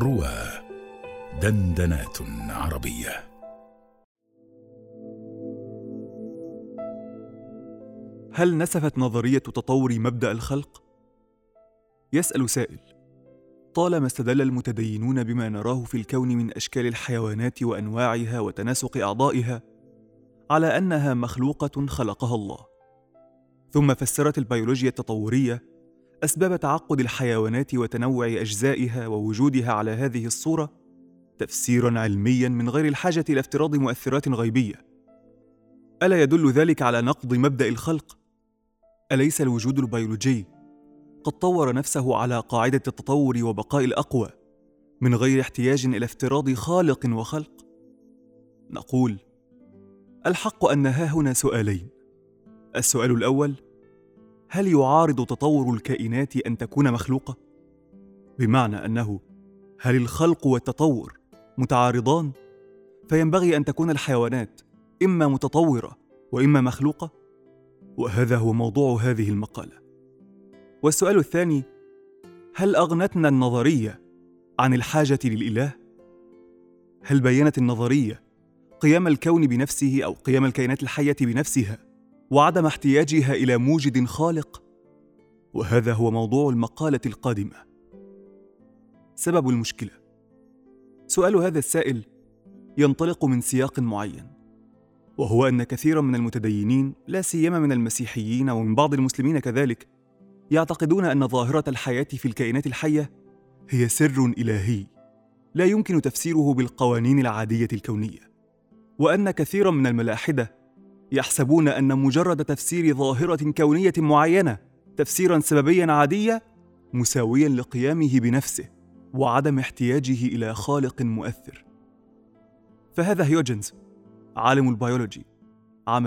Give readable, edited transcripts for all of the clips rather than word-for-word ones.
روى دندنات عربية. هل نسفت نظرية تطور مبدأ الخلق؟ يسأل سائل: طالما استدل المتدينون بما نراه في الكون من أشكال الحيوانات وأنواعها وتناسق أعضائها على أنها مخلوقة خلقها الله، ثم فسرت البيولوجيا التطورية أسباب تعقد الحيوانات وتنوع أجزائها ووجودها على هذه الصورة تفسيراً علمياً من غير الحاجة إلى افتراض مؤثرات غيبية، ألا يدل ذلك على نقض مبدأ الخلق؟ أليس الوجود البيولوجي قد طور نفسه على قاعدة التطور وبقاء الأقوى من غير احتياج إلى افتراض خالق وخلق؟ نقول: الحق أن هاهنا سؤالين. السؤال الأول: هل يعارض تطور الكائنات أن تكون مخلوقة؟ بمعنى أنه هل الخلق والتطور متعارضان؟ فينبغي أن تكون الحيوانات إما متطورة وإما مخلوقة؟ وهذا هو موضوع هذه المقالة. والسؤال الثاني: هل أغنتنا النظرية عن الحاجة للإله؟ هل بيّنت النظرية قيام الكون بنفسه أو قيام الكائنات الحية بنفسها وعدم احتياجها إلى موجد خالق؟ وهذا هو موضوع المقالة القادمة. سبب المشكلة: سؤال هذا السائل ينطلق من سياق معين، وهو أن كثيراً من المتدينين، لا سيما من المسيحيين ومن بعض المسلمين كذلك، يعتقدون أن ظاهرة الحياة في الكائنات الحية هي سر إلهي لا يمكن تفسيره بالقوانين العادية الكونية، وأن كثيراً من الملاحدة يحسبون أن مجرد تفسير ظاهرة كونية معينة تفسيراً سببياً عادية مساوياً لقيامه بنفسه وعدم احتياجه إلى خالق مؤثر. فهذا هيوجنز عالم البيولوجي عام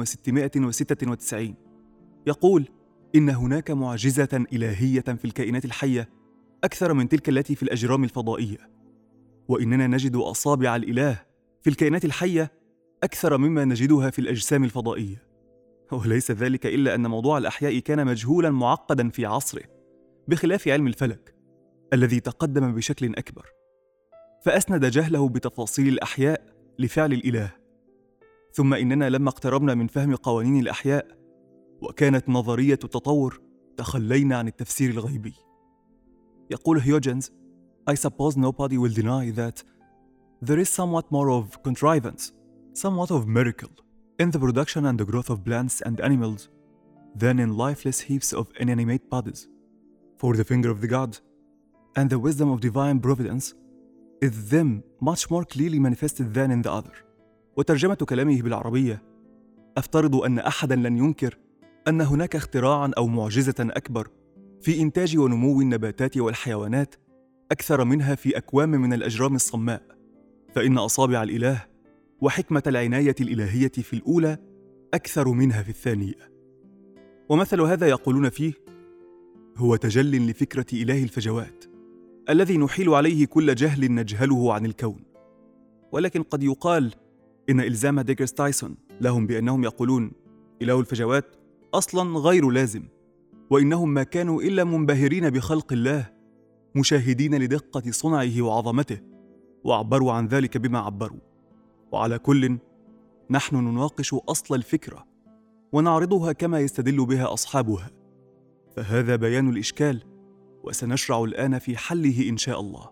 1696 يقول إن هناك معجزة إلهية في الكائنات الحية أكثر من تلك التي في الأجرام الفضائية، وإننا نجد أصابع الإله في الكائنات الحية أكثر مما نجدها في الأجسام الفضائية. وليس ذلك إلا أن موضوع الأحياء كان مجهولاً معقداً في عصره، بخلاف علم الفلك الذي تقدم بشكل أكبر، فأسند جهله بتفاصيل الأحياء لفعل الإله. ثم إننا لما اقتربنا من فهم قوانين الأحياء وكانت نظرية التطور تخلينا عن التفسير الغيبي. يقول هيوجنز: I suppose nobody will deny that there is somewhat more of contrivance, somewhat of miracle, in the production and the growth of plants and animals than in lifeless heaps of inanimate bodies. For the finger of the God and the wisdom of divine providence is them much more clearly manifested than in the other. وترجمة كلامه بالعربية: أفترض أن أحداً لن ينكر أن هناك اختراعاً أو معجزة أكبر في إنتاج ونمو النباتات والحيوانات أكثر منها في أكوام من الأجرام الصماء، فإن أصابع الإله وحكمة العناية الإلهية في الأولى أكثر منها في الثانية. ومثل هذا يقولون فيه هو تجل لفكرة إله الفجوات الذي نحيل عليه كل جهل نجهله عن الكون. ولكن قد يقال إن إلزام ديجرس تايسون لهم بأنهم يقولون إله الفجوات أصلاً غير لازم، وإنهم ما كانوا إلا منبهرين بخلق الله، مشاهدين لدقة صنعه وعظمته، وعبروا عن ذلك بما عبروا. وعلى كل، نحن نناقش أصل الفكرة ونعرضها كما يستدل بها أصحابها، فهذا بيان الإشكال، وسنشرع الآن في حله إن شاء الله.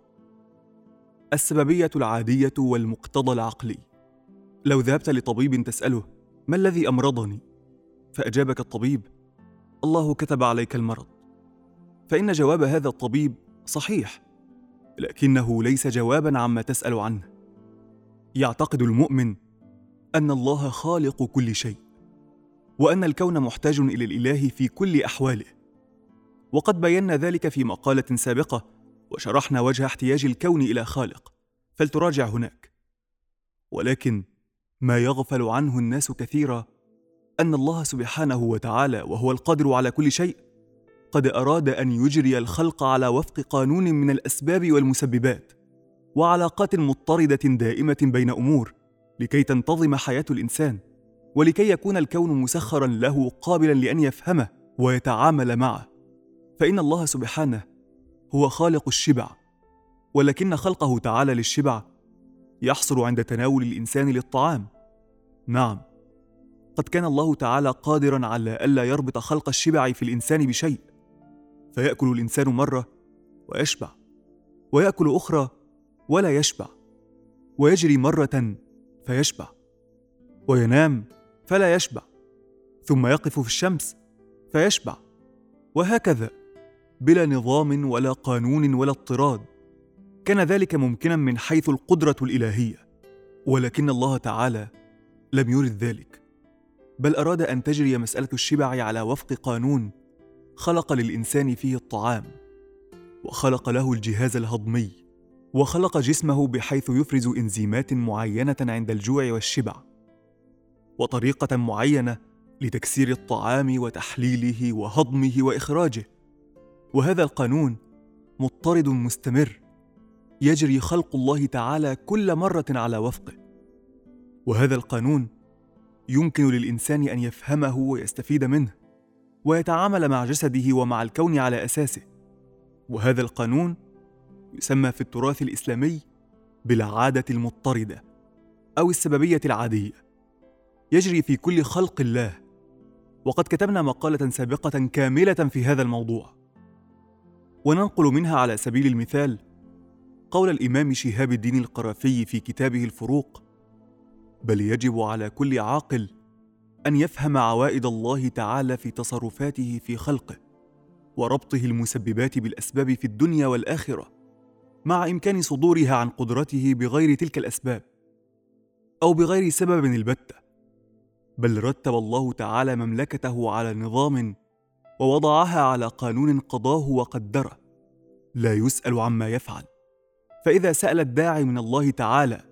السببية العادية والمقتضى العقلي. لو ذهبت لطبيب تسأله: ما الذي أمرضني؟ فأجابك الطبيب: الله كتب عليك المرض، فإن جواب هذا الطبيب صحيح، لكنه ليس جواباً عما تسأل عنه. يعتقد المؤمن أن الله خالق كل شيء، وأن الكون محتاج إلى الإله في كل أحواله، وقد بينا ذلك في مقالة سابقة وشرحنا وجه احتياج الكون إلى خالق، فلتراجع هناك. ولكن ما يغفل عنه الناس كثيرا أن الله سبحانه وتعالى وهو القادر على كل شيء قد أراد أن يجري الخلق على وفق قانون من الأسباب والمسببات وعلاقات مضطردة دائمة بين أمور لكي تنتظم حياة الإنسان، ولكي يكون الكون مسخراً له قابلاً لأن يفهمه ويتعامل معه. فإن الله سبحانه هو خالق الشبع، ولكن خلقه تعالى للشبع يحصل عند تناول الإنسان للطعام. نعم، قد كان الله تعالى قادراً على ألا يربط خلق الشبع في الإنسان بشيء، فيأكل الإنسان مرة ويشبع، ويأكل أخرى ولا يشبع، ويجري مرة فيشبع، وينام فلا يشبع، ثم يقف في الشمس فيشبع، وهكذا بلا نظام ولا قانون ولا اضطراد. كان ذلك ممكنا من حيث القدرة الإلهية، ولكن الله تعالى لم يرد ذلك، بل أراد أن تجري مسألة الشبع على وفق قانون خلق للإنسان فيه الطعام، وخلق له الجهاز الهضمي، وخلق جسمه بحيث يفرز إنزيمات معينة عند الجوع والشبع، وطريقة معينة لتكسير الطعام وتحليله وهضمه وإخراجه. وهذا القانون مضطرد مستمر، يجري خلق الله تعالى كل مرة على وفقه. وهذا القانون يمكن للإنسان أن يفهمه ويستفيد منه، ويتعامل مع جسده ومع الكون على أساسه. وهذا القانون يسمى في التراث الإسلامي بالعادة المضطردة أو السببية العادية، يجري في كل خلق الله. وقد كتبنا مقالة سابقة كاملة في هذا الموضوع، وننقل منها على سبيل المثال قول الإمام شهاب الدين القرافي في كتابه الفروق: بل يجب على كل عاقل أن يفهم عوائد الله تعالى في تصرفاته في خلقه، وربطه المسببات بالأسباب في الدنيا والآخرة، مع إمكان صدورها عن قدرته بغير تلك الأسباب أو بغير سبب البتة. بل رتب الله تعالى مملكته على نظام ووضعها على قانون قضاه وقدره، لا يسأل عما يفعل. فإذا سأل الداعي من الله تعالى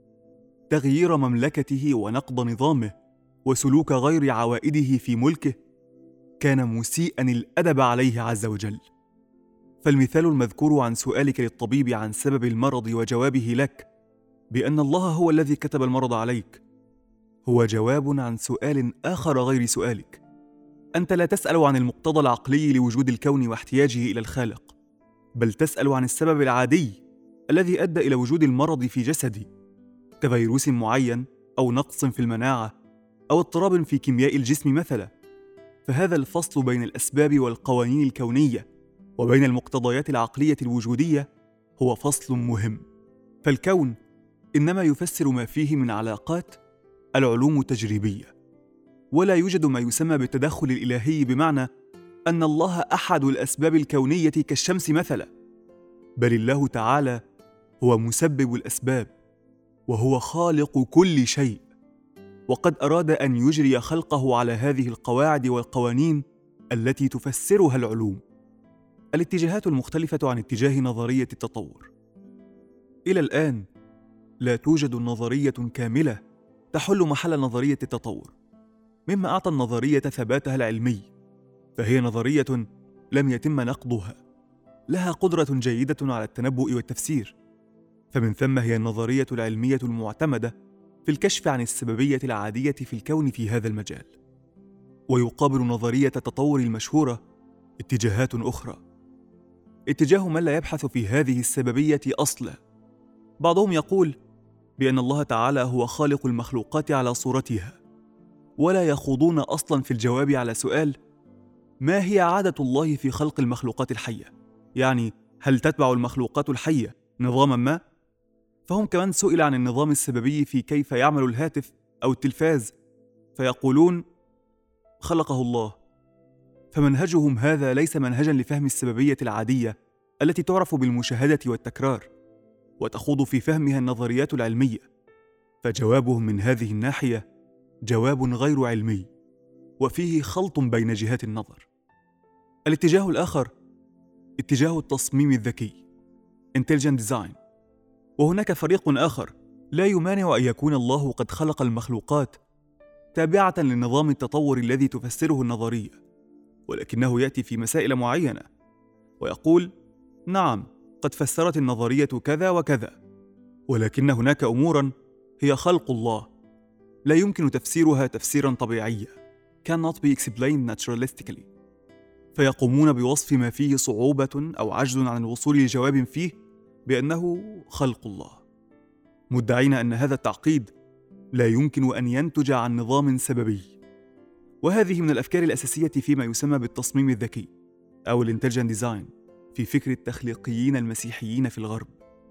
تغيير مملكته ونقض نظامه وسلوك غير عوائده في ملكه، كان مسيئا الأدب عليه عز وجل. فالمثال المذكور عن سؤالك للطبيب عن سبب المرض وجوابه لك بأن الله هو الذي كتب المرض عليك هو جواب عن سؤال آخر غير سؤالك. أنت لا تسأل عن المقتضى العقلي لوجود الكون واحتياجه إلى الخالق، بل تسأل عن السبب العادي الذي أدى إلى وجود المرض في جسدي، كفيروس معين أو نقص في المناعة أو اضطراب في كيمياء الجسم مثلا. فهذا الفصل بين الأسباب والقوانين الكونية وبين المقتضيات العقلية الوجودية هو فصل مهم. فالكون إنما يفسر ما فيه من علاقات العلوم التجريبية، ولا يوجد ما يسمى بالتدخل الإلهي، بمعنى أن الله أحد الأسباب الكونية كالشمس مثلا، بل الله تعالى هو مسبب الأسباب، وهو خالق كل شيء، وقد أراد أن يجري خلقه على هذه القواعد والقوانين التي تفسرها العلوم. الاتجاهات المختلفة عن اتجاه نظرية التطور. إلى الآن لا توجد نظرية كاملة تحل محل نظرية التطور، مما أعطى النظرية ثباتها العلمي، فهي نظرية لم يتم نقضها، لها قدرة جيدة على التنبؤ والتفسير، فمن ثم هي النظرية العلمية المعتمدة في الكشف عن السببية العادية في الكون في هذا المجال. ويقابل نظرية التطور المشهورة اتجاهات أخرى، اتجاه من لا يبحث في هذه السببية أصلا. بعضهم يقول بأن الله تعالى هو خالق المخلوقات على صورتها، ولا يخوضون أصلا في الجواب على سؤال ما هي عادة الله في خلق المخلوقات الحية، يعني هل تتبع المخلوقات الحية نظاما ما؟ فهم كمان سئل عن النظام السببي في كيف يعمل الهاتف أو التلفاز، فيقولون خلقه الله. فمنهجهم هذا ليس منهجا لفهم السببية العادية التي تعرف بالمشاهدة والتكرار وتخوض في فهمها النظريات العلمية، فجوابهم من هذه الناحية جواب غير علمي وفيه خلط بين جهات النظر. الاتجاه الآخر اتجاه التصميم الذكي Intelligent Design، وهناك فريق آخر لا يمانع أن يكون الله قد خلق المخلوقات تابعة لنظام التطور الذي تفسره النظرية، ولكنه يأتي في مسائل معينة ويقول نعم قد فسرت النظرية كذا وكذا، ولكن هناك أموراً هي خلق الله لا يمكن تفسيرها تفسيراً طبيعيا cannot be explained naturalistically، فيقومون بوصف ما فيه صعوبة أو عجز عن الوصول لجواب فيه بأنه خلق الله، مدعين أن هذا التعقيد لا يمكن أن ينتج عن نظام سببي. وهذه من الأفكار الأساسية فيما يسمى بالتصميم الذكي أو الانتليجنت ديزاين في فكر التخليقيين المسيحيين في الغرب.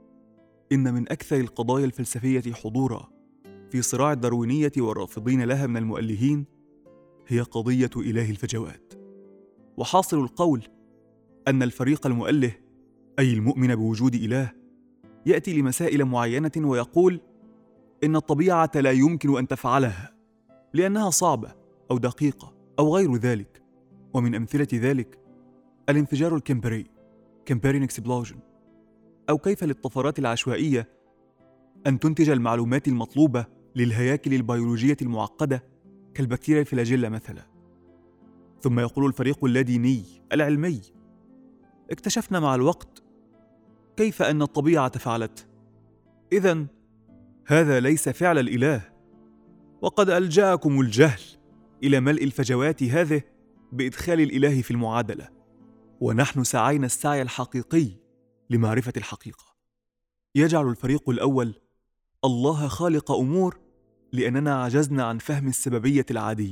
إن من أكثر القضايا الفلسفية حضورا في صراع الداروينية والرافضين لها من المؤلهين هي قضية إله الفجوات. وحاصل القول أن الفريق المؤله، أي المؤمن بوجود إله، يأتي لمسائل معينة ويقول إن الطبيعة لا يمكن أن تفعلها لأنها صعبة أو دقيقة أو غير ذلك. ومن أمثلة ذلك الانفجار الكمبري Cambrian Explosion، أو كيف للطفرات العشوائية أن تنتج المعلومات المطلوبة للهياكل البيولوجية المعقدة كالبكتيريا الفلاجيلا مثلا. ثم يقول الفريق اللاديني العلمي: اكتشفنا مع الوقت كيف أن الطبيعة فعلت. إذن هذا ليس فعل الإله، وقد ألجأكم الجهل إلى ملء الفجوات هذه بإدخال الإله في المعادلة، ونحن سعينا السعي الحقيقي لمعرفة الحقيقة. يجعل الفريق الأول الله خالق أمور لأننا عجزنا عن فهم السببية العادية،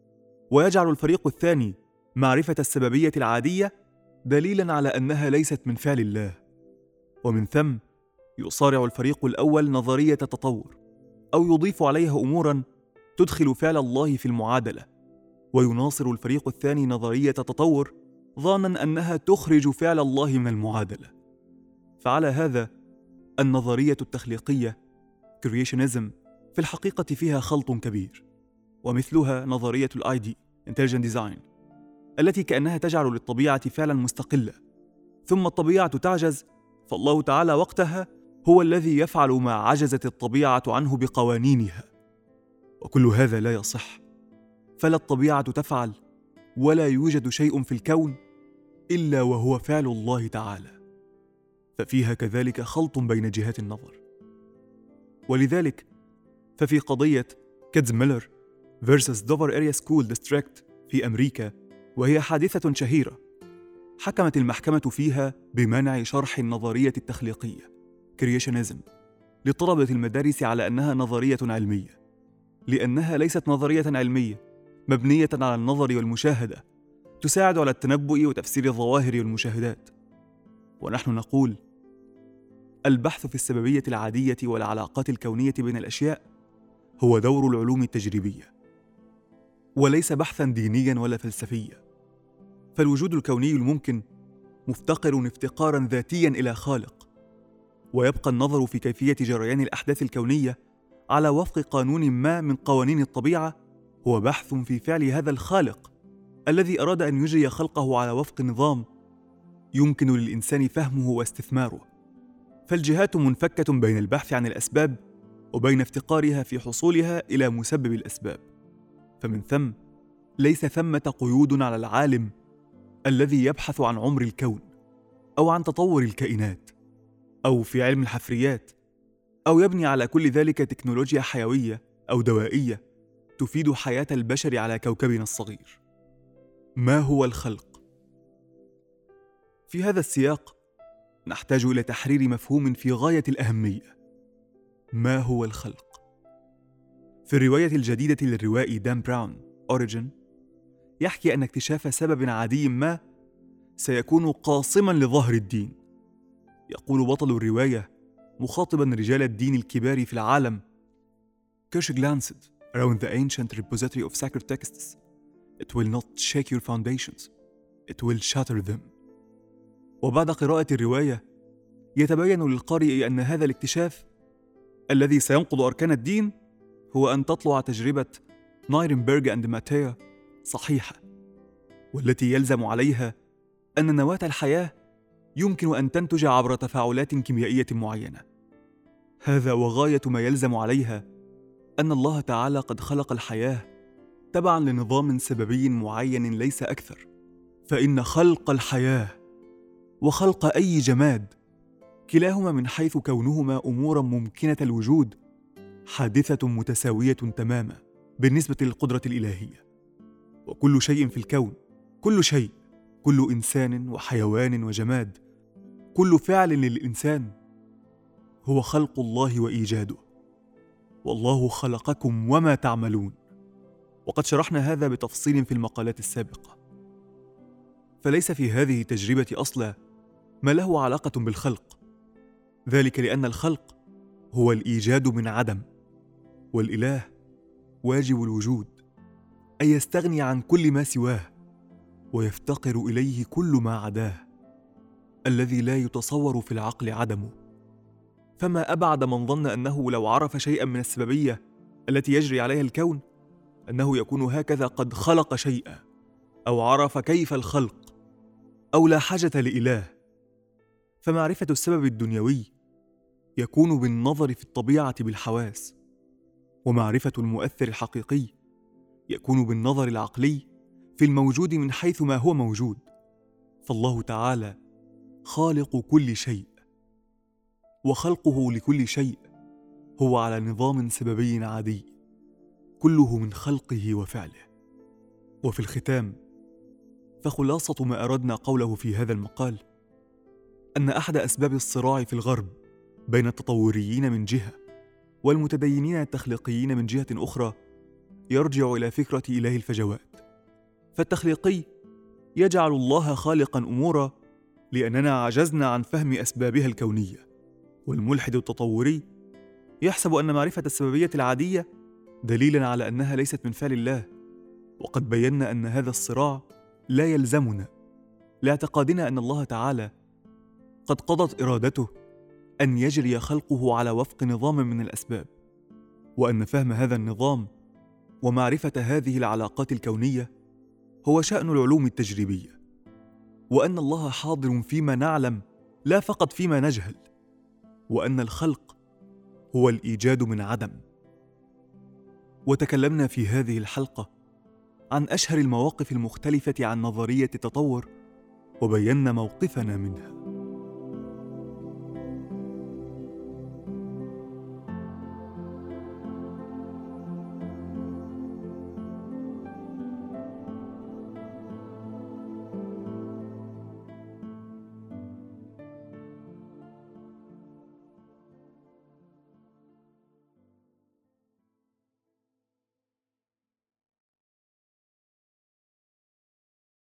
ويجعل الفريق الثاني معرفة السببية العادية دليلاً على أنها ليست من فعل الله. ومن ثم يصارع الفريق الأول نظرية التطور، أو يضيف عليها أموراً تدخل فعل الله في المعادلة، ويناصر الفريق الثاني نظرية التطور ظاناً أنها تخرج فعل الله من المعادلة. فعلى هذا النظرية التخليقية Creationism في الحقيقة فيها خلط كبير، ومثلها نظرية ID Intelligent Design التي كأنها تجعل للطبيعة فعلاً مستقلة، ثم الطبيعة تعجز، فالله تعالى وقتها هو الذي يفعل ما عجزت الطبيعة عنه بقوانينها. وكل هذا لا يصح، فلا الطبيعة تفعل ولا يوجد شيء في الكون إلا وهو فعل الله تعالى، ففيها كذلك خلط بين جهات النظر. ولذلك ففي قضية كيدز ميلر vs دوفر Area School District في أمريكا، وهي حادثة شهيرة، حكمت المحكمة فيها بمنع شرح النظرية التخليقية Creationism لطلبة المدارس على أنها نظرية علمية، لأنها ليست نظرية علمية مبنية على النظر والمشاهدة تساعد على التنبؤ وتفسير الظواهر والمشاهدات. ونحن نقول البحث في السببية العادية والعلاقات الكونية بين الأشياء هو دور العلوم التجريبية، وليس بحثاً دينياً ولا فلسفياً. فالوجود الكوني الممكن مفتقر افتقاراً ذاتياً إلى خالق، ويبقى النظر في كيفية جريان الأحداث الكونية على وفق قانون ما من قوانين الطبيعة هو بحث في فعل هذا الخالق الذي أراد أن يجري خلقه على وفق نظام يمكن للإنسان فهمه واستثماره. فالجهات منفكة بين البحث عن الأسباب وبين افتقارها في حصولها إلى مسبب الأسباب. فمن ثم ليس ثمة قيود على العالم الذي يبحث عن عمر الكون أو عن تطور الكائنات أو في علم الحفريات، أو يبني على كل ذلك تكنولوجيا حيوية أو دوائية تفيد حياة البشر على كوكبنا الصغير. ما هو الخلق؟ في هذا السياق نحتاج إلى تحرير مفهوم في غاية الأهمية. ما هو الخلق؟ في الرواية الجديدة للروائي دان براون Origin يحكي أن اكتشاف سبب عادي ما سيكون قاصماً لظهر الدين. يقول بطل الرواية مخاطباً رجال الدين الكبار في العالم: Kirsch glanced around the ancient repository of sacred texts. It will not shake your foundations. It will shatter them. وبعد قراءة الرواية يتبين للقارئ أن هذا الاكتشاف الذي سينقض أركان الدين هو أن تطلع تجربة نايرنبرغ أند ماتيا صحيحة، والتي يلزم عليها أن نواة الحياة يمكن أن تنتج عبر تفاعلات كيميائية معينة. هذا وغاية ما يلزم عليها أن الله تعالى قد خلق الحياة تبعاً لنظام سببي معين ليس أكثر. فإن خلق الحياة وخلق أي جماد كلاهما من حيث كونهما أموراً ممكنة الوجود حادثة متساوية تماماً بالنسبة للقدرة الإلهية. وكل شيء في الكون، كل شيء، كل إنسان وحيوان وجماد، كل فعل للإنسان هو خلق الله وإيجاده، والله خلقكم وما تعملون، وقد شرحنا هذا بتفصيل في المقالات السابقة. فليس في هذه التجربة أصلا ما له علاقة بالخلق، ذلك لأن الخلق هو الإيجاد من عدم، والإله واجب الوجود، أي يستغني عن كل ما سواه ويفتقر إليه كل ما عداه، الذي لا يتصور في العقل عدمه. فما أبعد من ظن أنه لو عرف شيئا من السببية التي يجري عليها الكون أنه يكون هكذا قد خلق شيئا، أو عرف كيف الخلق، أو لا حاجة لإله. فمعرفة السبب الدنيوي يكون بالنظر في الطبيعة بالحواس، ومعرفة المؤثر الحقيقي يكون بالنظر العقلي في الموجود من حيث ما هو موجود. فالله تعالى خالق كل شيء، وخلقه لكل شيء هو على نظام سببي عادي، كله من خلقه وفعله. وفي الختام، فخلاصة ما أردنا قوله في هذا المقال أن أحد أسباب الصراع في الغرب بين التطوريين من جهة والمتدينين التخليقيين من جهة أخرى يرجع إلى فكرة إله الفجوات. فالتخليقي يجعل الله خالقا أمورا لأننا عجزنا عن فهم أسبابها الكونية، والملحد التطوري يحسب أن معرفة السببية العادية دليلا على أنها ليست من فعل الله. وقد بينا أن هذا الصراع لا يلزمنا، لاعتقادنا أن الله تعالى قد قضت إرادته أن يجري خلقه على وفق نظام من الأسباب، وأن فهم هذا النظام ومعرفة هذه العلاقات الكونية هو شأن العلوم التجريبية، وأن الله حاضر فيما نعلم لا فقط فيما نجهل، وأن الخلق هو الإيجاد من عدم. وتكلمنا في هذه الحلقة عن أشهر المواقف المختلفة عن نظرية التطور، وبينا موقفنا منها.